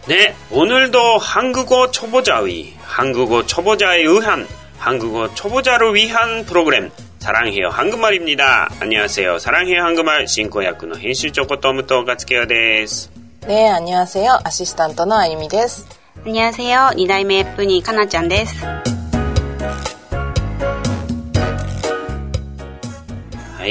네, 오늘도 한국어 초보자의 한국어 초보자에 의한 한국어 초보자를 위한 프로그램 사랑해요 한국말입니다. 안녕하세요. 사랑해요 한국말 신고야쿠의編集長こと武藤勝慶です。 네, 안녕하세요. 아시스탄트のあゆみです。 안녕하세요. 2代目プニーかなちゃんです。 はい、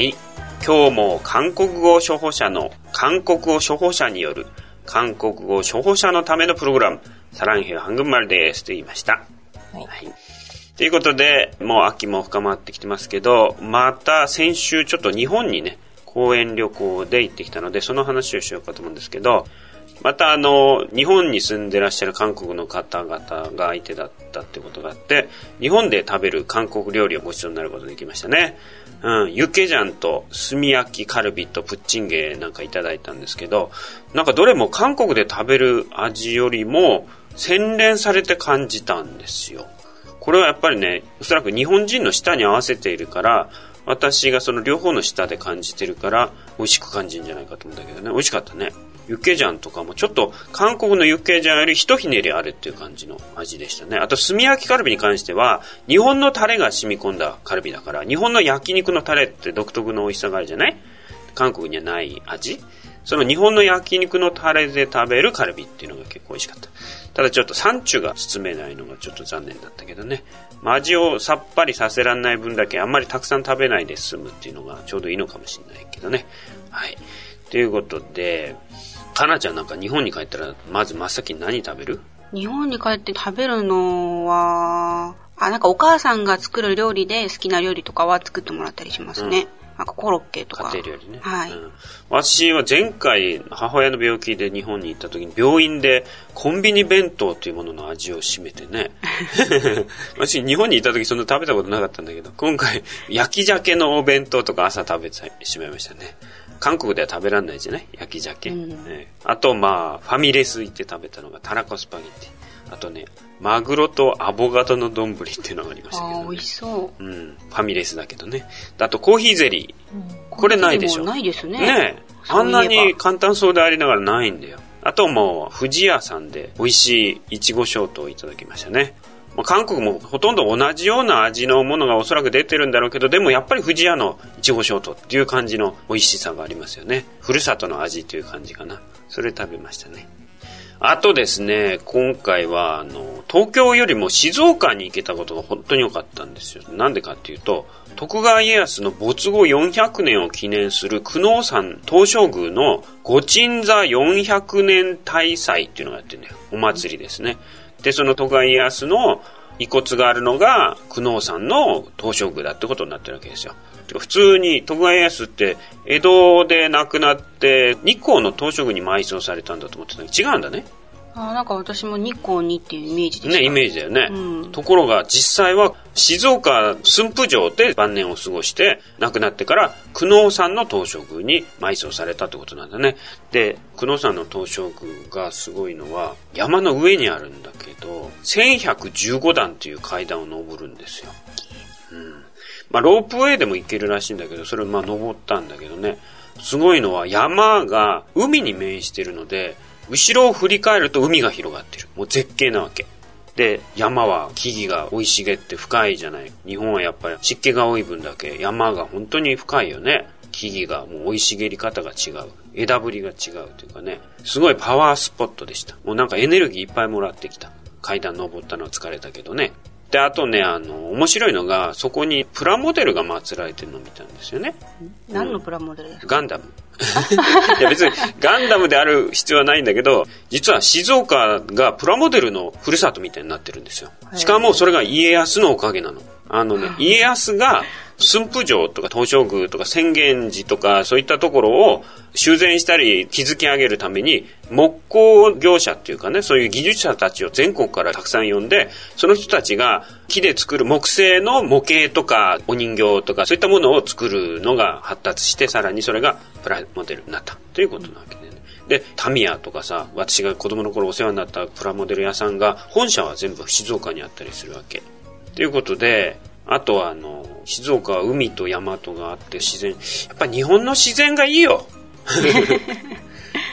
今日も韓国語処方者の韓国語処方者による韓国語処方者のためのプログラム사랑해요 한국말ですと言いました。はい。ということで、もう秋も深まってきてますけど、また先週ちょっと日本にね、講演旅行で行ってきたので、その話をしようかと思うんですけど、また日本に住んでらっしゃる韓国の方々が相手だったってことがあって、日本で食べる韓国料理をごちそうになることができましたね。ユッケジャンと炭焼きカルビとプッチンゲなんかいただいたんですけど、なんかどれも韓国で食べる味よりも洗練されて感じたんですよ。これはやっぱりね、おそらく日本人の舌に合わせているから、私がその両方の舌で感じてるから美味しく感じるんじゃないかと思うんだけどね。美味しかったね。ユッケジャンとかもちょっと韓国のユッケジャンよりひとひねりあるっていう感じの味でしたね。あと炭焼きカルビに関しては日本のタレが染み込んだカルビだから、日本の焼肉のタレって独特の美味しさがあるじゃない？韓国にはない味。その日本の焼肉のタレで食べるカルビっていうのが結構美味しかった。ただちょっとサンチュが包めないのがちょっと残念だったけどね。味をさっぱりさせられない分だけあんまりたくさん食べないで済むっていうのがちょうどいいのかもしれないけどね。はい。ということで、かなちゃんなんか日本に帰ったらまず真っ先に何食べる？ 日本に帰って食べるのは、なんかお母さんが作る料理で好きな料理とかは作ってもらったりしますね。なんかコロッケとか。 家庭料理ね。 はい。 私は前回母親の病気で日本に行った時に病院でコンビニ弁当というものの味を占めてね。私日本にいた時そんな食べたことなかったんだけど、今回焼き鮭のお弁当とか朝食べてしまいましたね。韓国では食べられないじゃない？焼き鮭。あとファミレス行って食べたのがたらこスパゲッティ。あとね、マグロとアボカドの丼っていうのがありましたけどね。 美味しそう。 ファミレスだけどね。あとコーヒーゼリー。これないでしょ。 ないですね。 ねえ。あんなに簡単そうでありながらないんだよ。あともう、富士屋さんで美味しいいちごショートをいただきましたね。韓国もほとんど同じような味のものがおそらく出てるんだろうけど、でもやっぱり富士屋のいちごショートっていう感じの美味しさがありますよね。ふるさとの味という感じかな。それ食べましたね。あとですね、今回は東京よりも静岡に行けたことが本当に良かったんですよ。なんでかっていうと、徳川家康の没後400年を記念する久能山東照宮の御鎮座400年大祭っていうのがやってるんだよ。お祭りですね。で、その徳川家康の遺骨があるのが久能山の東照宮だってことになってるわけですよ。普通に徳川家康って江戸で亡くなって日光の東照宮に埋葬されたんだと思ってたけど違うんだね。 なんか私も日光にっていうイメージでした。 ね、イメージだよね。ところが実際は静岡駿府城で晩年を過ごして亡くなってから久能山の東照宮に埋葬されたってことなんだね。で、久能山の東照宮がすごいのは山の上にあるんだけど、1115段という階段を登るんですよ。ロープウェイでも行けるらしいんだけど、それを登ったんだけどね。すごいのは山が海に面してるので、後ろを振り返ると海が広がってる。もう絶景なわけ。で、山は木々が生い茂って深いじゃない。日本はやっぱり湿気が多い分だけ山が本当に深いよね。木々がもう生い茂り方が違う。枝ぶりが違うというかね。すごいパワースポットでした。もうなんかエネルギーいっぱいもらってきた。階段登ったのは疲れたけどね。で、あとね、面白いのが、そこにプラモデルが祀られてるのを見たんですよね。 何のプラモデルですか？ ガンダム。いや別にガンダムである必要はないんだけど、実は静岡がプラモデルのふるさとみたいになってるんですよ。しかもそれが家康のおかげなの。家康が駿府城とか東照宮とか浅間寺とかそういったところを修繕したり築き上げるために木工業者っていうかね、そういう技術者たちを全国からたくさん呼んで、その人たちが木で作る木製の模型とかお人形とかそういったものを作るのが発達して、さらにそれがプラモデルになったということなわけでね。で、タミヤとかさ、私が子供の頃お世話になったプラモデル屋さんが本社は全部静岡にあったりするわけということで、あとは静岡は海と山とがあって自然、やっぱ日本の自然がいいよ。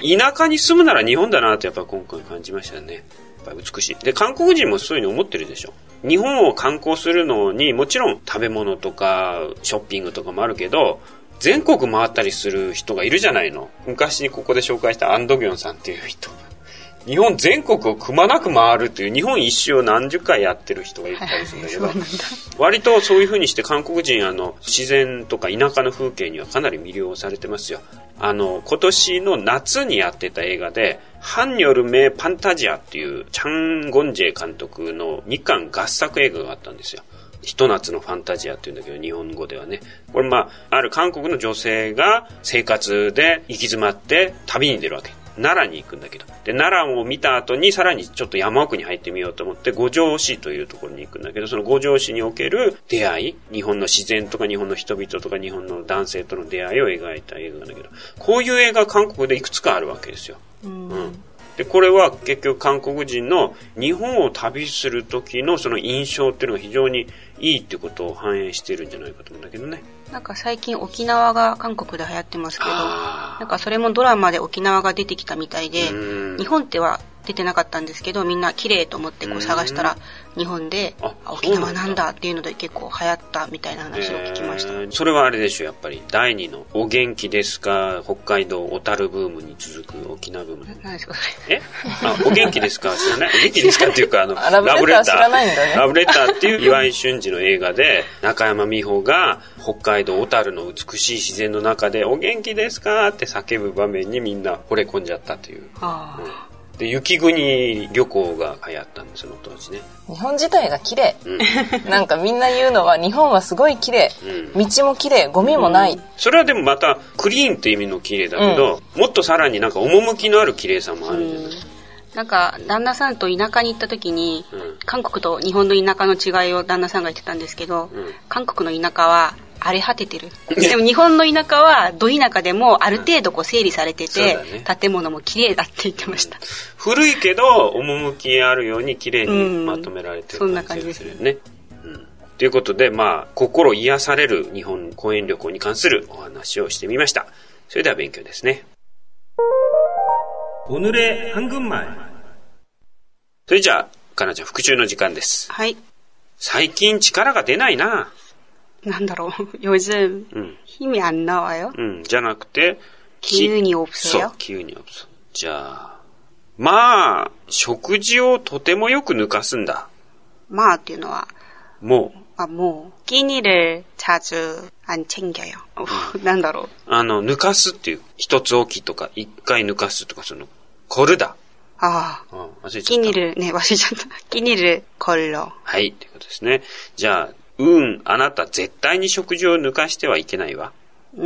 田舎に住むなら日本だなってやっぱ今回感じましたね。やっぱ美しい。で、韓国人もそういうの思ってるでしょ。日本を観光するのにもちろん食べ物とかショッピングとかもあるけど、全国回ったりする人がいるじゃないの。昔にここで紹介したアンドギョンさんっていう人。日本全国をくまなく回るっていう日本一周を何十回やってる人がいたりするんだけど、割とそういう風にして韓国人自然とか田舎の風景にはかなり魅了されてますよ。今年の夏にやってた映画で한여름의ファンタジアっていうチャン・ゴンジェ監督の日韓合作映画があったんですよ。ひと夏のファンタジアっていうんだけど日本語ではね、これある韓国の女性が生活で行き詰まって旅に出るわけ。奈良に行くんだけど、で奈良を見た後にさらにちょっと山奥に入ってみようと思って五条市というところに行くんだけど、その五条市における出会い、日本の自然とか日本の人々とか日本の男性との出会いを描いた映画なんだけど、こういう映画韓国でいくつかあるわけですよ。でこれは結局韓国人の日本を旅する時のその印象っていうのが非常にいいってことを反映しているんじゃないかと思うんだけどね。 なんか最近沖縄が韓国で流行ってますけど、なんかそれもドラマで沖縄が出てきたみたいで、日本っては出てなかったんですけど、みんな綺麗と思ってこう探したら日本で沖縄なんだっていうので結構流行ったみたいな話を聞きました。 それはあれでしょ、やっぱり第2のお元気ですか北海道小樽ブームに続く沖縄ブーム。 何ですかそれ。 お元気ですか知らない？お元気ですかっていうかラブレター知らないんだね。 ラブレターっていう岩井俊二の映画で中山美穂が北海道小樽の美しい自然の中でお元気ですかって叫ぶ場面にみんな惚れ込んじゃったという。で雪国旅行が流行ったんです、その当時ね。 日本自体が綺麗、なんかみんな言うのは日本はすごい綺麗、道も綺麗、ゴミもない、 それはでもまたクリーンって意味の綺麗だけど、もっとさらになんか趣のある綺麗さもあるじゃない。 なんか旦那さんと田舎に行った時に、韓国と日本の田舎の違いを旦那さんが言ってたんですけど、韓国の田舎は荒れ果ててる。でも日本の田舎はど田舎でもある程度こう整理されてて、建物も綺麗だって言ってました。 古いけど趣あるように綺麗にまとめられてる、 そんな感じですよね。ということで心癒される日本公園旅行に関するお話をしてみました。それでは勉強ですね。오늘의 한국말。それじゃあかなちゃん復習の時間です。 はい。 最近力が出ないな。 なんだろう요즘 힘이 안 나와요? じゃなくて 기운이 없어요? そう、기운이 없어。じゃあ食事をとてもよく抜かすんだ。 っていうのはもう끼니를 자주 안 챙겨요。なんだろう。 抜かすっていう一つ置きとか一回抜かすとかそのコルだ。 忘れちゃった。끼니를ね忘れちゃった。끼니를 걸러。 はいっていうことですね。じゃああなた絶対に食事を抜かしてはいけないわ。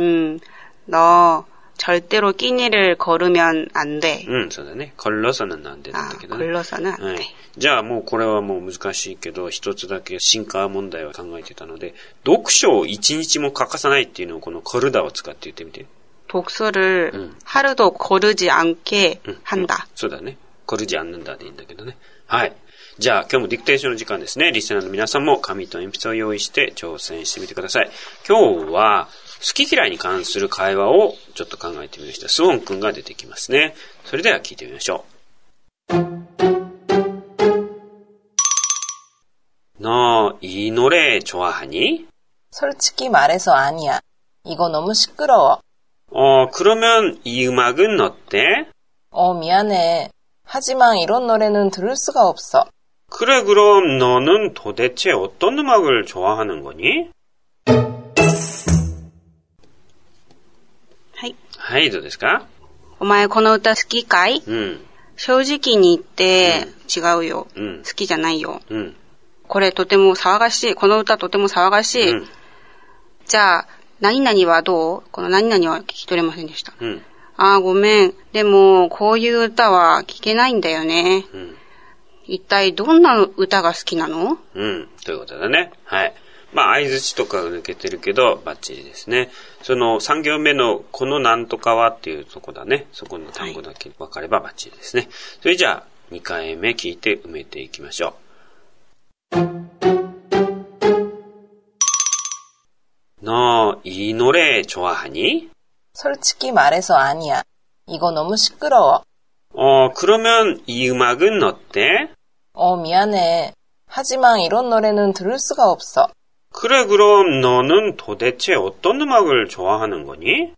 너 절대로 끼니를 걸으면 안 돼。 そうだね。걸러서는 안 돼なんだけどね。 걸러서는 안 돼。 じゃあもうこれはもう難しいけど、一つだけ進化問題を考えてたので、読書を一日も欠かさないっていうのをこの걸으다を使って言ってみて。 독서를 하루도 거르지 않게 한다。 そうだね。거르지 않는다でいいんだけどね。はい。じゃあ今日もディクテーションの時間ですね。リスナーの皆さんも紙と鉛筆を用意して挑戦してみてください。今日は好き嫌いに関する会話をちょっと考えてみました。スウォン君が出てきますね。それでは聞いてみましょう。너 이 노래 좋아하니? 솔직히 말해서 아니야. 이거 너무 시끄러워. 그러면 이 음악은 어때? 미안해. 하지만 이런 노래는 들을 수가 없어. 그래, 그럼 너는 도대체 어떤 음악을 좋아하는 거니? はい、どうですか？ お前この歌好きかい？正直に言って違うよ。好きじゃないよ。これとても騒がしい。この歌とても騒がしい。じゃあ、何々はどう？この何々は聞き取れませんでした。ごめん。でも、こういう歌は聞けないんだよね。一体どんな歌が好きなの？ ということだね。はい。相槌とかが抜けてるけど、バッチリですね。その3行目のこのなんとかはっていうとこだね。そこの単語だけ分かればバッチリですね。それじゃあ、2回目聞いて埋めていきましょう。너 이 노래 좋아하니? 솔직히 말해서 아니야. 이거 너무 시끄러워. 그러면 이 음악은 어때? 미안해. 하지만 이런 노래는 들을 수가 없어. 그래, 그럼 너는 도대체 어떤 음악을 좋아하는 거니?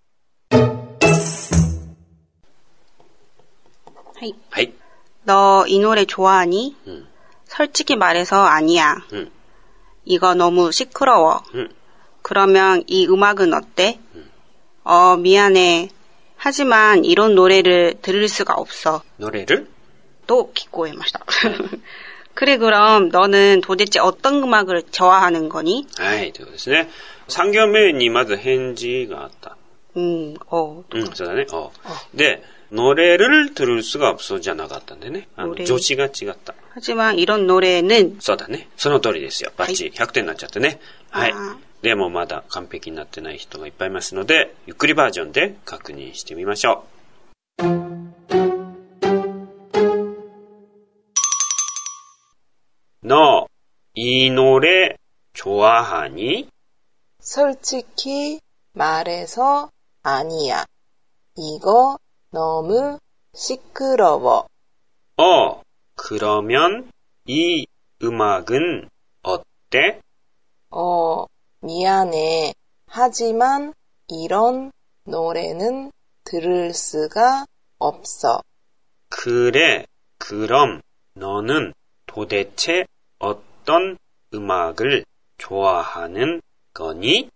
はい。너 이 노래 좋아하니? 솔직히 말해서 아니야. 이거 너무 시끄러워. 그러면 이 음악은 어때? 미안해. 하지만 이런 노래를 들을 수가 없어. 노래를? 또 기고해마시다. 그래, 그럼 너는 도대체 어떤 음악을 좋아하는 거니? はい、ということですね。3行目にまず返事があった。 そうだね。で、노래를 들을 수가 없어じゃなかったんでね。助詞が違った。 하지만 이런 노래는 そうだね。その通りですよ。バッチリ100点になっちゃってね。はい。でもまだ完璧になってない人がいっぱいいますので、ゆっくりバージョンで確認してみましょう。너 이 노래 좋아하니? 솔직히 말해서 아니야. 이거 너무 시끄러워. 그러면 이 음악은 어때? 미안해. 하지만 이런 노래는 들을 수가 없어. 그래, 그럼 너는 도대체 어떤 음악을 좋아하는 거니?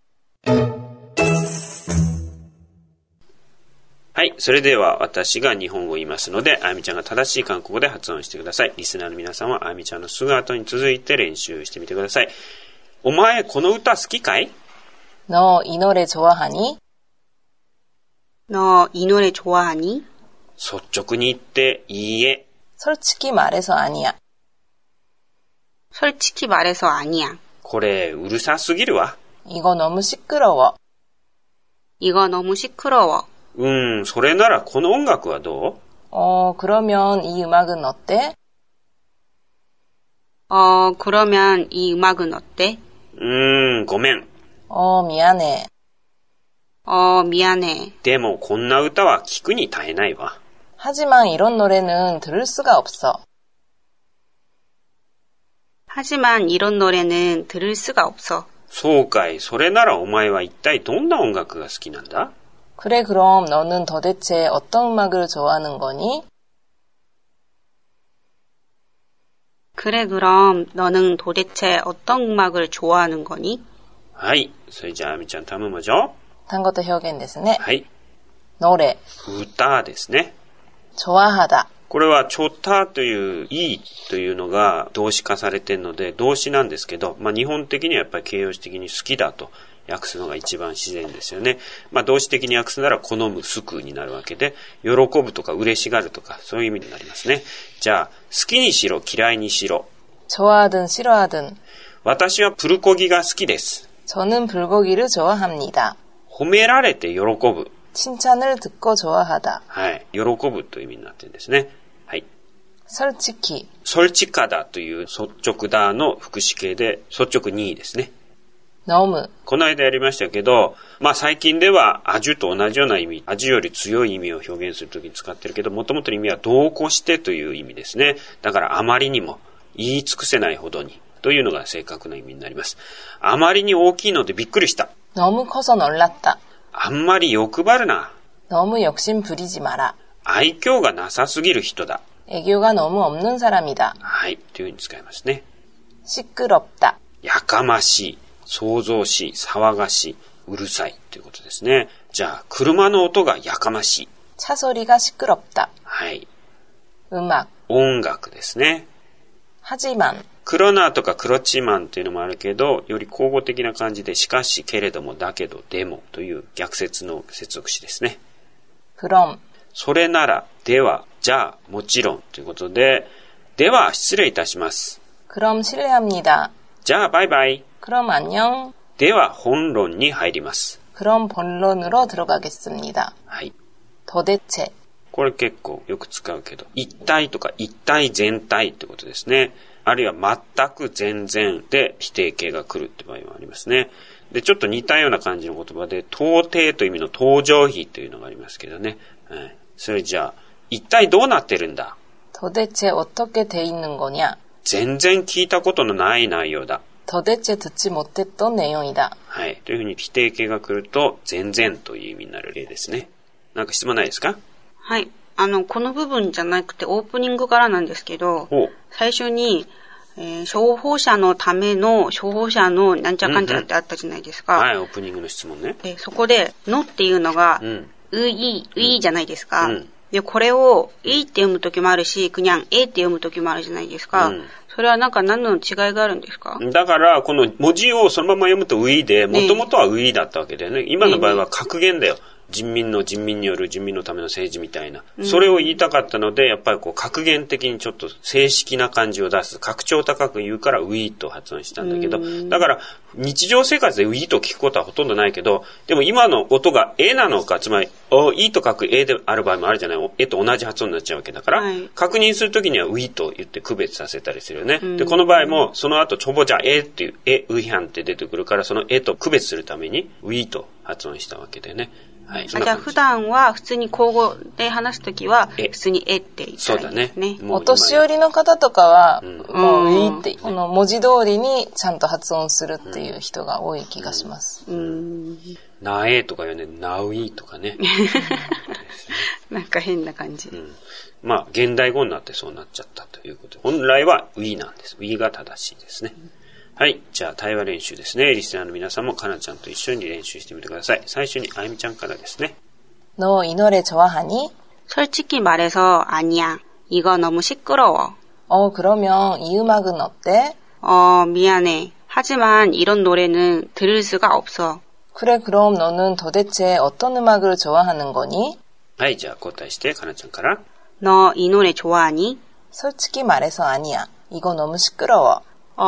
はい。それでは私が日本語を言いますので、あやみちゃんが正しい韓国語で発音してください。リスナーの皆さんはあやみちゃんのすぐ後に続いて練習してみてください。お前、この歌好きかい？ 너 이 노래 좋아하니? 너 이 노래 좋아하니? 率直に言っていいえ。 솔직히 말해서 아니야. 솔직히 말해서 아니야. これうるさすぎるわ。 이거 너무 시끄러워. 이거 너무 시끄러워. それならこの音楽はどう？ 그러면 이 음악은 어때? 그러면 이 음악은 어때? ごめん。 미안해. 미안해. でもこんな歌は聞くに耐えないわ。 하지만 이런 노래는 들을 수가 없어. 하지만 이런 노래는 들을 수가 없어. そうかい。それならお前は一体どんな音楽が好きなんだ？ 그래, 그럼 너는 도대체 어떤 음악을 좋아하는 거니? 그래, 그럼 너는 도대체 어떤 음악을 좋아하는 거니? はい。それじゃあ、あみちゃん頼むぞ。 単語と表現ですね。 はい。 노래。 歌ですね。 좋아하다。 これは、좋다という、いいというのが動詞化されているので、動詞なんですけど、日本的にはやっぱり形容詞的に好きだと訳すのが一番自然ですよね。動詞的に訳すなら好む、好くになるわけで、喜ぶとか嬉しがるとか、そういう意味になりますね。じゃあ、好きにしろ、嫌いにしろ。 좋아하든 싫어하든。 私はプルコギが好きです。 저는 불고기를 좋아합니다. 褒められて喜ぶ。 칭찬을 듣고 좋아하다. はい。喜ぶという意味になってるんですね。はい。 솔직히。 솔직하다という率直だの副詞形で、率直にですね。 너무。 この間やりましたけど、最近ではアジュと同じような意味、アジュより強い意味を表現するときに使ってるけど、もともとの意味は度を越してという意味ですね。だからあまりにも言い尽くせないほどにというのが正確な意味になります。あまりに大きいのでびっくりした。 너무 커서 놀랐다. あんまり欲張るな。 너무 욕심 부리지 마라. 愛嬌がなさすぎる人だ。 애교가 너무 없는 사람이다. はい、というふうに使いますね。 시끄럽다. やかましい、騒々しい、騒がしい、うるさいということですね。じゃあ、車の音がやかましい。 차 소리가 시끄럽다. はい。 음악. 音楽ですね。 하지만. クロナーとかクロチマンというのもあるけど、より口語的な感じで、しかし、けれども、だけど、でもという逆接の接続詞ですね。 그럼。 それなら、では、じゃあ、もちろんということで、では、失礼いたします。 그럼 실례합니다. じゃあ、バイバイ。 그럼 안녕. では、本論に入ります。 그럼 본론으로 들어가겠습니다. はい。 도대체。 これ結構よく使うけど、一体とか一体全体ってことですね。あるいは全く全然で否定形が来るって場合もありますね。で、ちょっと似たような感じの言葉で、到底という意味の登場比というのがありますけどね。 それじゃあ、一体どうなってるんだ？ 도대체 어떻게 돼 있는 거냐? 全然聞いたことのない内容だ。 도대체 듣지 못했던 내용이다. はい。というふうに否定形が来ると、全然という意味になる例ですね。なんか質問ないですか？ はい。この部分じゃなくてオープニングからなんですけど、最初に、消防車のための消防車のなんちゃかんちゃってあったじゃないですか。 はい、オープニングの質問ね。 で、そこで、のっていうのが、ういじゃないですか。で、これを、いって読むときもあるし、그냥って読むときもあるじゃないですか。それはなんか何の違いがあるんですか？ だから、この文字をそのまま読むとういで、もともとはういだったわけだよね。今の場合は格言だよ。人民による人民のための政治みたいな。それを言いたかったので、やっぱりこう格言的にちょっと正式な感じを出す。格調高く言うからウィーと発音したんだけど、だから日常生活でウィーと聞くことはほとんどないけど、でも今の音がえなのか、つまりいいと書くえである場合もあるじゃない。えと同じ発音になっちゃうわけだから、確認するときにはウィーと言って区別させたりするよね。で、この場合もその後ちょぼじゃえっていうウィハンって出てくるから、そのえと区別するためにウィーと発音したわけでね。はい、 じゃあ普段は普通に口語で話すときは普通にって言ったらいいですね。 そうだね。 お年寄りの方とかは、もういいって、この文字通りにちゃんと発音するっていう人が多い気がします。 なえとかよね、なういとかね。 なんか変な感じ。 まあ現代語になってそうなっちゃったということで、本来はウィなんです。ウィが正しいですね。はい。じゃあ、対話練習ですね。リスナーの皆さんもかなちゃんと一緒に練習してみてください。最初にあゆみちゃんからですね。 너 이 노래 좋아하니? 솔직히 말해서 아니야. 이거 너무 시끄러워. 그러면 이 음악은 어때? 미안해. 하지만 이런 노래는 들을 수가 없어. 그래, 그럼 너는 도대체 어떤 음악을 좋아하는 거니? はい。じゃあ、答えして、かなちゃんから。 너 이 노래 좋아하니? 솔직히 말해서 아니야. 이거 너무 시끄러워.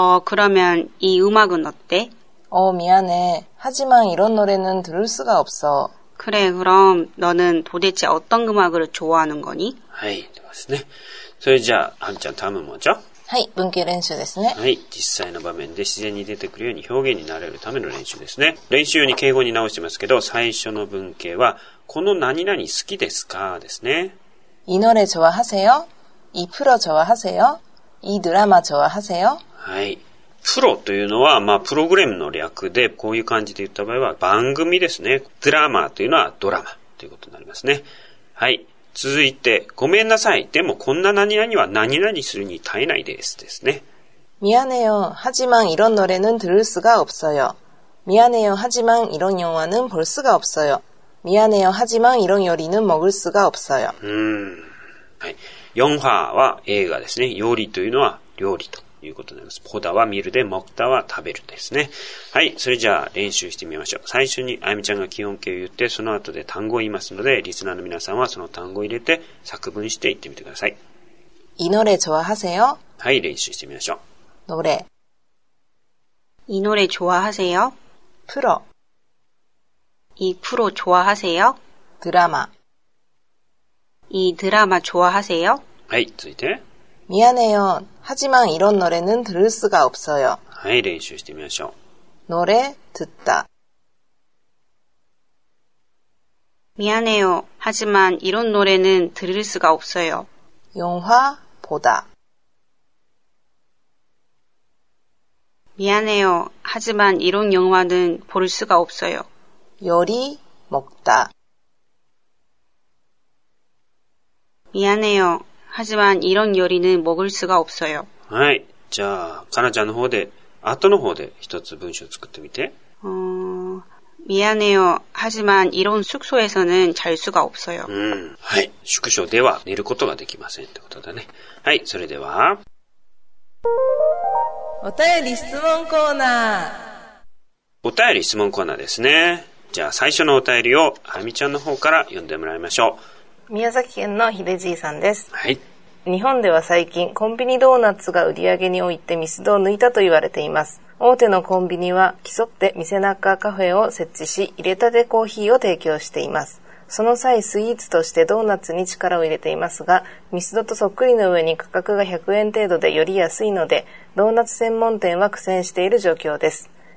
그러면 이 음악은 어때? 미안해. 하지만 이런 노래는 들을 수가 없어. 그래, 그럼 너는 도대체 어떤 음악을 좋아하는 거니? はい、ですね。それじゃあ、あみちゃん、タムもじゃ。 はい、文系練習ですね。 はい、実際の場面で自然に出てくるように表現になれるための練習ですね。練習に敬語に直してますけど、最初の文系は、この何々好きですかですね。 이 노래 좋아하세요? 이 프로 좋아하세요? 이 드라마 좋아하세요? はい。プロというのは、まあ、プログラムの略で、こういう感じで言った場合は、番組ですね。ドラマというのはドラマということになりますね。はい。続いて、ごめんなさい。でも、こんな何々は何々するに耐えないですですね。 미안해요. 하지만 이런 노래는 들을 수가 없어요. 미안해요. 하지만 이런 영화는 볼 수가 없어요. 미안해요. 하지만 이런 요리는 먹을 수가 없어요. はい。영화は映画ですね。料理というのは料理ということになります。보다は見るで、먹다は食べるですね。はい。それじゃあ練習してみましょう。最初にあゆみちゃんが基本形を言って、その後で単語を言いますので、リスナーの皆さんはその単語を入れて作文して言ってみてください。 이 노래 좋아하세요? はい。練習してみましょう。 노래. 이 노래 좋아하세요? 프로. 이 프로 좋아하세요? 드라마. 이 드라마 좋아하세요? はい。続いて。 미안해요. 하지만 이런 노래는 들을 수가 없어요. はい。練習してみましょう。노래 듣다. 미안해요. 하지만 이런 노래는 들을 수가 없어요. 영화 보다. 미안해요. 하지만 이런 영화는 볼 수가 없어요. 요리 먹다. 미안해요. 하지만 이런 요리는 먹을 수가 없어요. はい。じゃあ、かなちゃんの方で、後の方で一つ文章を作ってみて。 미안해요. 하지만 이런 숙소에서는 잘 수가 없어요. はい。宿所では寝ることができませんってことだね。はい。それでは。 お便り質問コーナー。 お便り質問コーナーですね。じゃあ最初のお便りをあみちゃんの方から読んでもらいましょう。宮崎県のひでじいさんです。 はい。 日本では最近コンビニドーナツが売り上げにおいてミスドを抜いたと言われています。大手のコンビニは競って店中カフェを設置し、入れたてコーヒーを提供しています。その際スイーツとしてドーナツに力を入れていますが、ミスドとそっくりの上に価格が100円程度でより安いので、ドーナツ専門店は苦戦している状況です。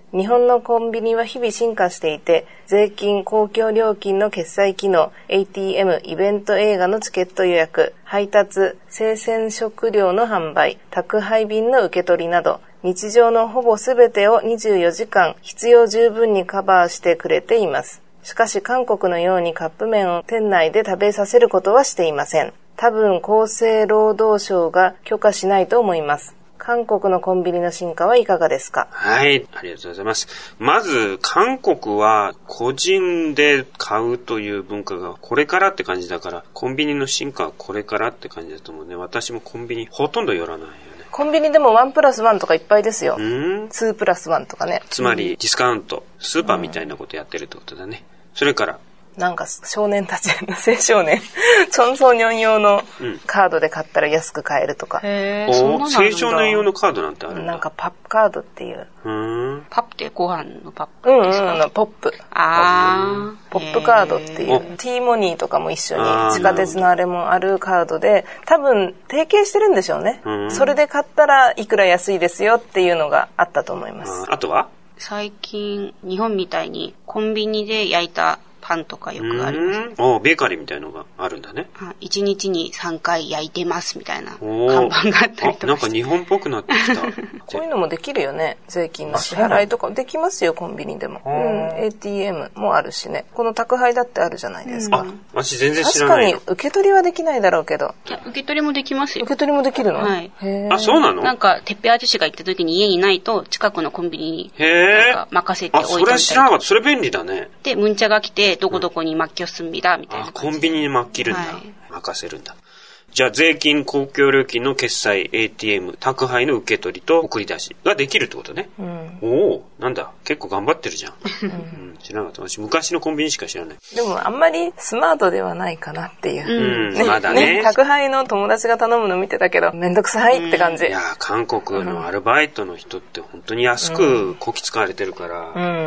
日本のコンビニは日々進化していて、税金、公共料金の決済機能、ATM、イベント映画のチケット予約、配達、生鮮食料の販売、宅配便の受け取りなど、日常のほぼすべてを24時間必要十分にカバーしてくれています。しかし韓国のようにカップ麺を店内で食べさせることはしていません。多分厚生労働省が許可しないと思います。韓国のコンビニの進化はいかがですか？ はい、ありがとうございます。まず、韓国は個人で買うという文化がこれからって感じだから、コンビニの進化はこれからって感じだと思うね。私もコンビニほとんど寄らないよね。 コンビニでも1+1とかいっぱいですよ。2+1とかね。 つまりディスカウント、スーパーみたいなことやってるってことだね。それから、 なんか少年たち、青少年、チョンソーニョン用のカードで買ったら安く買えるとか。 青少年用のカードなんてあるんだ。 なんかパップカードっていう。 パップってご飯のパップですか？ ポップ。ポップカードっていう。T モニーとかも一緒に地下鉄のあれもあるカードで、多分提携してるんでしょうね。それで買ったらいくら安いですよっていうのがあったと思います。 あとは？ 最近、日本みたいにコンビニで焼いたパンとかよくあります。 ベーカリーみたいのがあるんだね。 1日に3回焼いてますみたいな看板があったりとか。 なんか日本っぽくなってきた。 こういうのもできるよね。税金の支払いとかできますよ、コンビニでも。ATM もあるしね。この宅配だってあるじゃないですか。 私全然知らないの。 確かに受け取りはできないだろうけど。 いや、受け取りもできますよ。 受け取りもできるの？ はい。 そうなの？ なんか、てっぺあじしが行った時に家にないと、近くのコンビニになんか任せて置いておいたり。 それ知らなかった。それ便利だね。 で、ムンチャが来て、どこどこに맡겼습니다みたいな。 コンビニに맡るんだ。任せるんだ。じゃあ税金、公共料金の決済、ATM、宅配の受け取りと送り出しができるってことね。なんだ、結構頑張ってるじゃん。知らなかった。私昔のコンビニしか知らない。 でもあんまりスマートではないかなっていう。 まだね。 宅配の友達が頼むの見てたけど、めんどくさいって感じ。 いや、韓国のアルバイトの人って本当に安くこき使われてるから、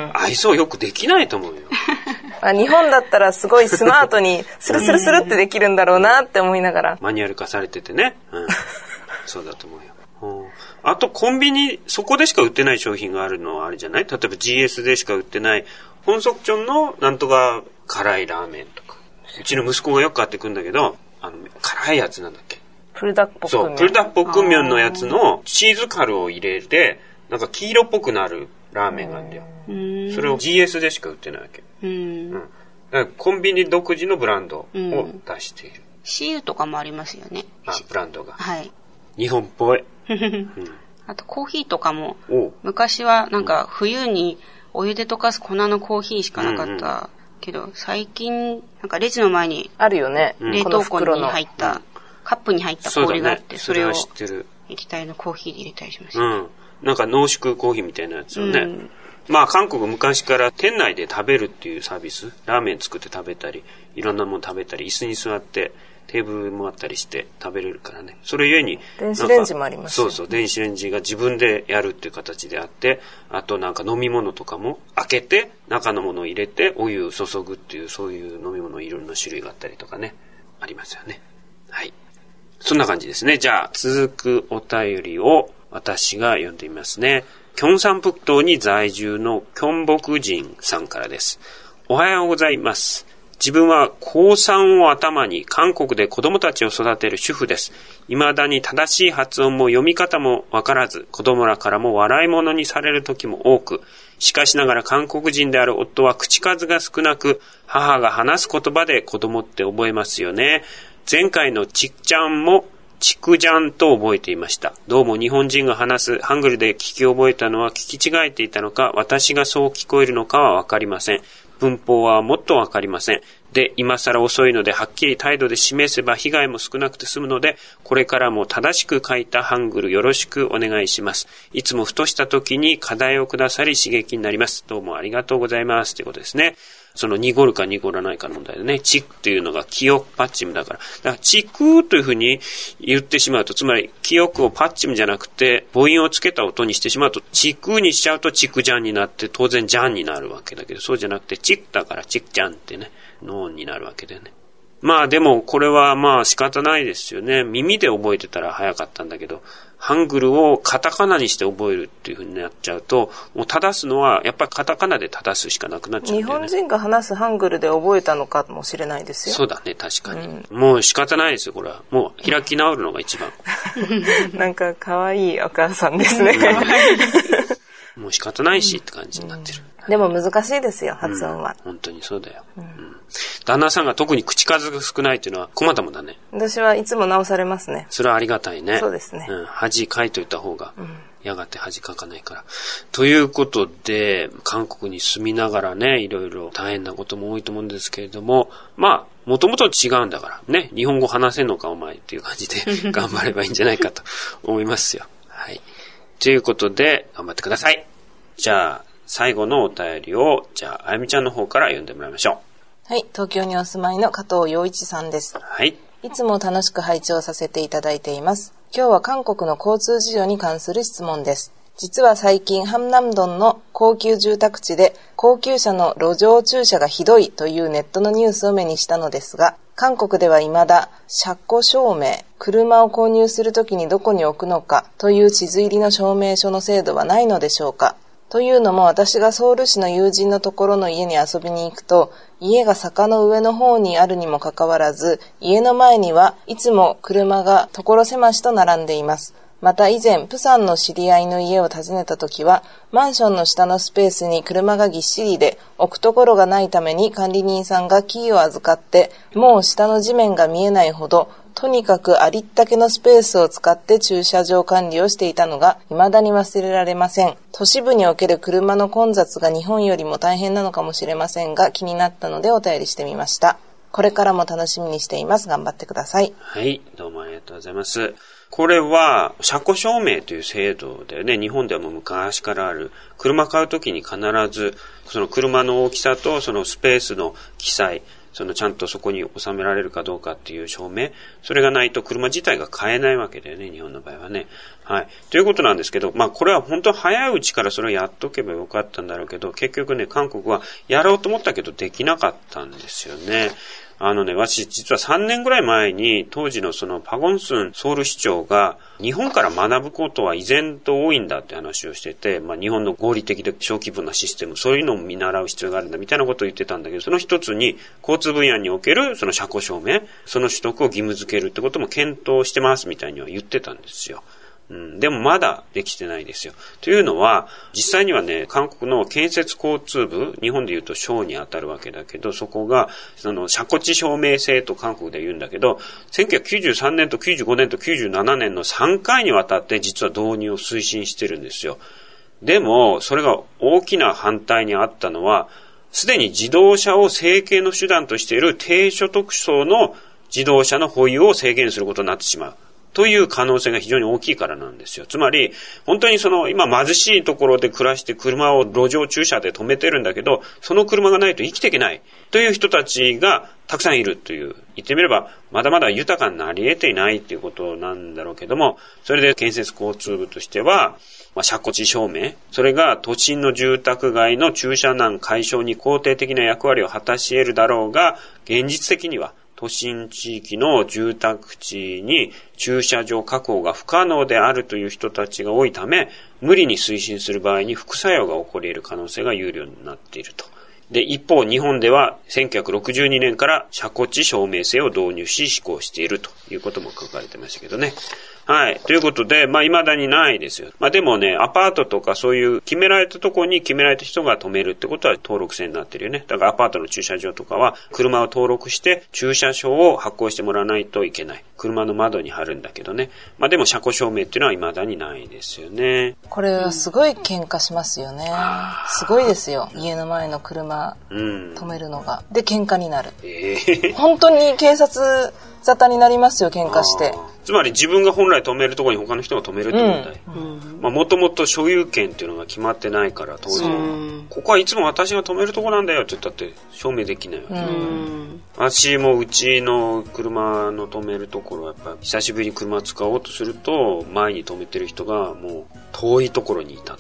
愛想よくできないと思うよ。 日本だったらすごいスマートにスルスルスルってできるんだろうなって思いながら。 マニュアル化されててね。そうだと思うよ。あとコンビニ、そこでしか売ってない商品があるのはあれじゃない？例えば GS でしか売ってない、ホンソクチョンのなんとか辛いラーメンとか。うちの息子がよく買ってくんだけど、辛いやつなんだっけ？ プルダッポックミョン。 そう、プルダッポックミョンのやつのチーズカルを入れて、なんか黄色っぽくなるラーメンがあるんだよ。それを GS でしか売ってないわけ。だからコンビニ独自のブランドを出している。 シールとかもありますよね。 ブランドが。 はい。 日本っぽい。 あとコーヒーとかも、昔はなんか冬にお湯で溶かす粉のコーヒーしかなかったけど、最近なんかレジの前にあるよね。 冷凍庫に入った、カップに入った氷があって、それを液体のコーヒーで入れたりしました。 なんか濃縮コーヒーみたいなやつをね。まあ韓国昔から店内で食べるっていうサービス、ラーメン作って食べたり、いろんなもの食べたり、椅子に座ってテーブルもあったりして食べれるからね。それゆえに電子レンジもあります。 そうそう、電子レンジが自分でやるっていう形であって、あとなんか飲み物とかも開けて中のものを入れてお湯を注ぐっていう、そういう飲み物いろんな種類があったりとかね、ありますよね。はい。そんな感じですね。じゃあ続くお便りを私が読んでみますね。キョンサンプクトに在住のキョンボクジンさんからです。おはようございます。自分は高3を頭に韓国で子供たちを育てる主婦です。未だに正しい発音も読み方もわからず、子供らからも笑い物にされる時も多く、しかしながら韓国人である夫は口数が少なく、母が話す言葉で子供って覚えますよね。前回のちっちゃんもチクジャンと覚えていました。どうも日本人が話すハングルで聞き覚えたのは聞き違えていたのか、私がそう聞こえるのかはわかりません。文法はもっとわかりません。で、今更遅いのではっきり態度で示せば被害も少なくて済むので、これからも正しく書いたハングルよろしくお願いします。いつもふとした時に課題をくださり刺激になります。どうもありがとうございます。ということですね。その濁るか濁らないかの問題でね、チクというのが記憶パッチムだから。だからチクというふうに言ってしまうと、つまり記憶をパッチムじゃなくて母音をつけた音にしてしまうと、チクにしちゃうとチクジャンになって当然ジャンになるわけだけど、そうじゃなくてチクだからチクジャンってね、ノーンになるわけだよね。まあでもこれはまあ仕方ないですよね。耳で覚えてたら早かったんだけど、 ハングルをカタカナにして覚えるっていう風になっちゃうと、もう正すのはやっぱりカタカナで正すしかなくなっちゃうんだよね。 日本人が話すハングルで覚えたのかもしれないですよ。 そうだね、確かに。もう仕方ないですよ、これは。もう開き直るのが一番。 なんか可愛いお母さんですね。 もう仕方ないしって感じになってる。 でも難しいですよ、発音は。 本当にそうだよ。旦那さんが特に口数が少ないっていうのは困ったもんだね。 私はいつも直されますね。 それはありがたいね。 そうですね。 恥かいといた方が、やがて恥かかないから。ということで、韓国に住みながらね、いろいろ大変なことも多いと思うんですけれども、まあ、もともと違うんだからね、日本語話せんのかお前っていう感じで頑張ればいいんじゃないかと思いますよ。はい。ということで、頑張ってください。じゃあ、最後のお便りを、じゃあ、あゆみちゃんの方から読んでもらいましょう。はい、東京にお住まいの加藤陽一さんです。 はい。 いつも楽しく拝聴させていただいています。今日は韓国の交通事情に関する質問です。実は最近、ハムナムドンの高級住宅地で、高級車の路上駐車がひどいというネットのニュースを目にしたのですが、韓国では未だ車庫証明、車を購入するときにどこに置くのかという地図入りの証明書の制度はないのでしょうか。というのも私がソウル市の友人のところの家に遊びに行くと、家が坂の上の方にあるにもかかわらず、家の前にはいつも車が所狭しと並んでいます。また以前、プサンの知り合いの家を訪ねたときは、マンションの下のスペースに車がぎっしりで、置くところがないために管理人さんがキーを預かって、もう下の地面が見えないほど、とにかくありったけのスペースを使って駐車場管理をしていたのが未だに忘れられません。都市部における車の混雑が日本よりも大変なのかもしれませんが、気になったのでお便りしてみました。これからも楽しみにしています。頑張ってください。 はい、どうもありがとうございます。これは車庫証明という制度だよね。日本ではもう昔からある。車買うときに必ずその車の大きさとそのスペースの記載、そのちゃんとそこに収められるかどうかっていう証明、それがないと車自体が買えないわけだよね、日本の場合はね。はい。ということなんですけど、まあこれは本当早いうちからそれをやっとけばよかったんだろうけど、結局ね、韓国はやろうと思ったけどできなかったんですよね。私実は3年ぐらい前に当時のそのパゴンスンソウル市長が日本から学ぶことは依然と多いんだって話をしてて、まあ日本の合理的で小規模なシステム、そういうのを見習う必要があるんだみたいなことを言ってたんだけど、その一つに交通分野におけるその車庫証明、その取得を義務付けるってことも検討してますみたいには言ってたんですよ。でもまだできてないですよ。というのは、実際にはね、韓国の建設交通部、日本で言うと省に当たるわけだけど、そこが、その車庫地証明制と韓国で言うんだけど、1993年と95年と97年の3回にわたって実は導入を推進してるんですよ。でも、それが大きな反対にあったのは、すでに自動車を生計の手段としている低所得層の自動車の保有を制限することになってしまう。という可能性が非常に大きいからなんですよ。つまり、本当にその今貧しいところで暮らして車を路上駐車で止めてるんだけど、その車がないと生きていけないという人たちがたくさんいるという、言ってみればまだまだ豊かになり得ていないということなんだろうけども、それで建設交通部としては、車庫地証明、それが都心の住宅街の駐車難解消に肯定的な役割を果たし得るだろうが、現実的には都心地域の住宅地に駐車場確保が不可能であるという人たちが多いため、無理に推進する場合に副作用が起こり得る可能性が有料になっていると。で、一方、日本では1962年から車庫地証明制を導入し施行しているということも書かれてましたけどね。はい。ということで、未だにないですよ。でもね、アパートとかそういう決められたところに決められた人が止めるってことは登録制になってるよね。だからアパートの駐車場とかは車を登録して駐車証を発行してもらわないといけない。車の窓に貼るんだけどね。でも車庫証明っていうのは未だにないですよね。 これはすごい喧嘩しますよね。すごいですよ。家の前の車止めるのが。で、喧嘩になる。本当に警察沙汰になりますよ、喧嘩して。 つまり自分が本来止めるところに他の人が止めるって問題。もともと所有権っていうのが決まってないから当然、ここはいつも私が止めるとこなんだよって言ったって証明できないわけ。私もうちの車の止めるところはやっぱ久しぶりに車使おうとすると前に止めてる人がもう遠いところにいたとかね。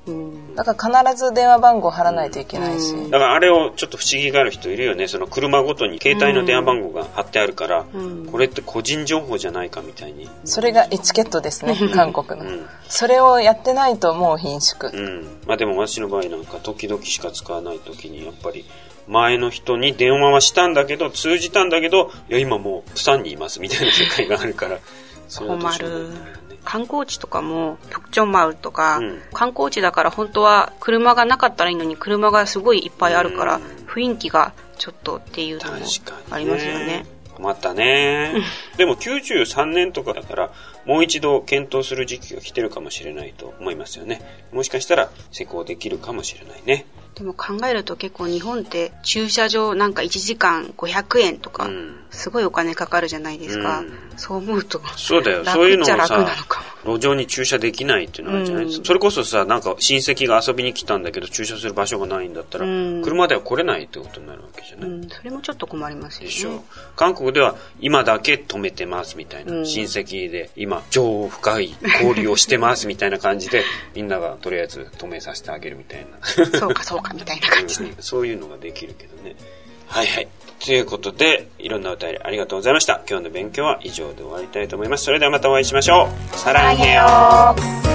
だから必ず電話番号貼らないといけないし、 だからあれをちょっと不思議がある人いるよね。その車ごとに携帯の電話番号が貼ってあるから、これって個人情報じゃないかみたいに。 それがエチケットですね、韓国の、それをやってないともう顰蹙。 まあでも私の場合なんか時々しか使わない時にやっぱり前の人に電話はしたんだけど、通じたんだけど、いや今もうプサンにいますみたいな世界があるから困る。観光地とかも特徴もあるとか、観光地だから本当は車がなかったらいいのに車がすごいいっぱいあるから、雰囲気がちょっとっていうのもありますよね。 困ったね。でも93年とかだからもう一度検討する時期が来てるかもしれないと思いますよね。もしかしたら施行できるかもしれないね。 でも考えると結構日本って駐車場なんか1時間500円とかすごいお金かかるじゃないですか。そう思うとそうだよ。そういうのをさ、路上に駐車できないっていうのがあるじゃないですか。それこそさ、なんか親戚が遊びに来たんだけど駐車する場所がないんだったら、車では来れないってことになるわけじゃない。 それもちょっと困りますよね。 でしょ。韓国では今だけ止めてますみたいな、親戚で今超深い交流をしてますみたいな感じでみんながとりあえず止めさせてあげるみたいな。 そうかそうかみたいな感じで、 そういうのができるけどね。はいはい。ということで、いろんなお便りありがとうございました。今日の勉強は以上で終わりたいと思います。それではまたお会いしましょう。サランヘヨー。